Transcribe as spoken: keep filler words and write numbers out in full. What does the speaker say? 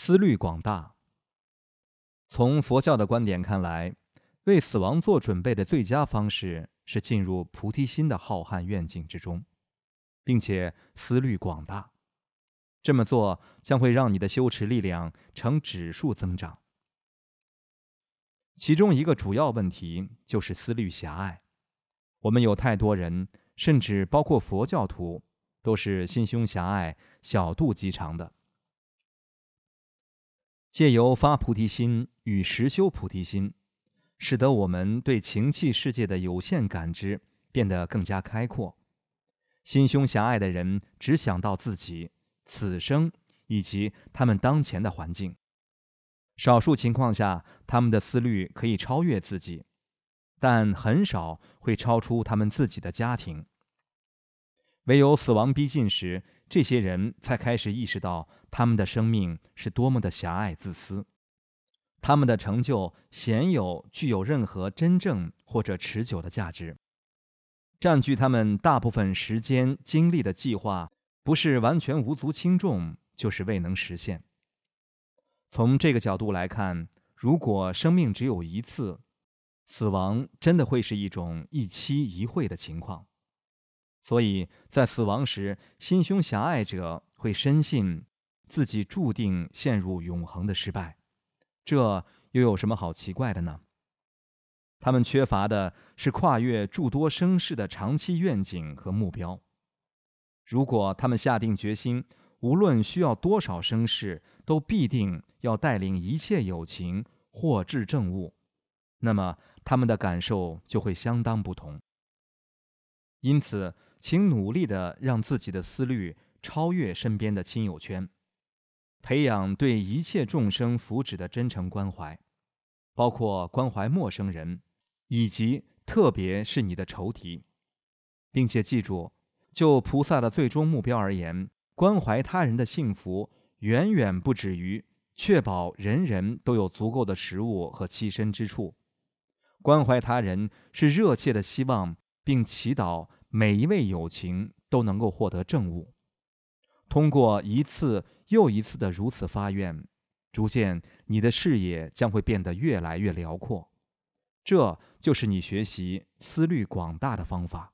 思虑广大。从佛教的观点看来，为死亡做准备的最佳方式是进入菩提心的浩瀚愿景之中，并且思虑广大。这么做将会让你的修持力量呈指数增长。其中一个主要问题就是思虑狭隘。我们有太多人，甚至包括佛教徒，都是心胸狭隘、小肚鸡肠的。借由发菩提心与实修菩提心，使得我们对情器世界的有限感知变得更加开阔。心胸狭隘的人只想到自己、此生以及他们当前的环境。少数情况下，他们的思虑可以超越自己，但很少会超出他们自己的家庭。唯有死亡逼近时，这些人才开始意识到他们的生命是多么的狭隘自私，他们的成就鲜有具有任何真正或者持久的价值。占据他们大部分时间精力的计划，不是完全无足轻重，就是未能实现。从这个角度来看，如果生命只有一次，死亡真的会是一种一期一会的情况。所以在死亡时，心胸狭隘者会深信自己注定陷入永恒的失败，这又有什么好奇怪的呢？他们缺乏的是跨越诸多生世的长期愿景和目标。如果他们下定决心，无论需要多少生世，都必定要带领一切有情获至正悟，那么他们的感受就会相当不同。因此，请努力地让自己的思虑超越身边的亲友圈，培养对一切众生福祉的真诚关怀，包括关怀陌生人，以及特别是你的仇敌。并且记住，就菩萨的最终目标而言，关怀他人的幸福远远不止于确保人人都有足够的食物和栖身之处。关怀他人是热切的希望并祈祷每一位有情都能够获得正悟。通过一次又一次的如此发愿，逐渐你的视野将会变得越来越辽阔。这就是你学习思虑广大的方法。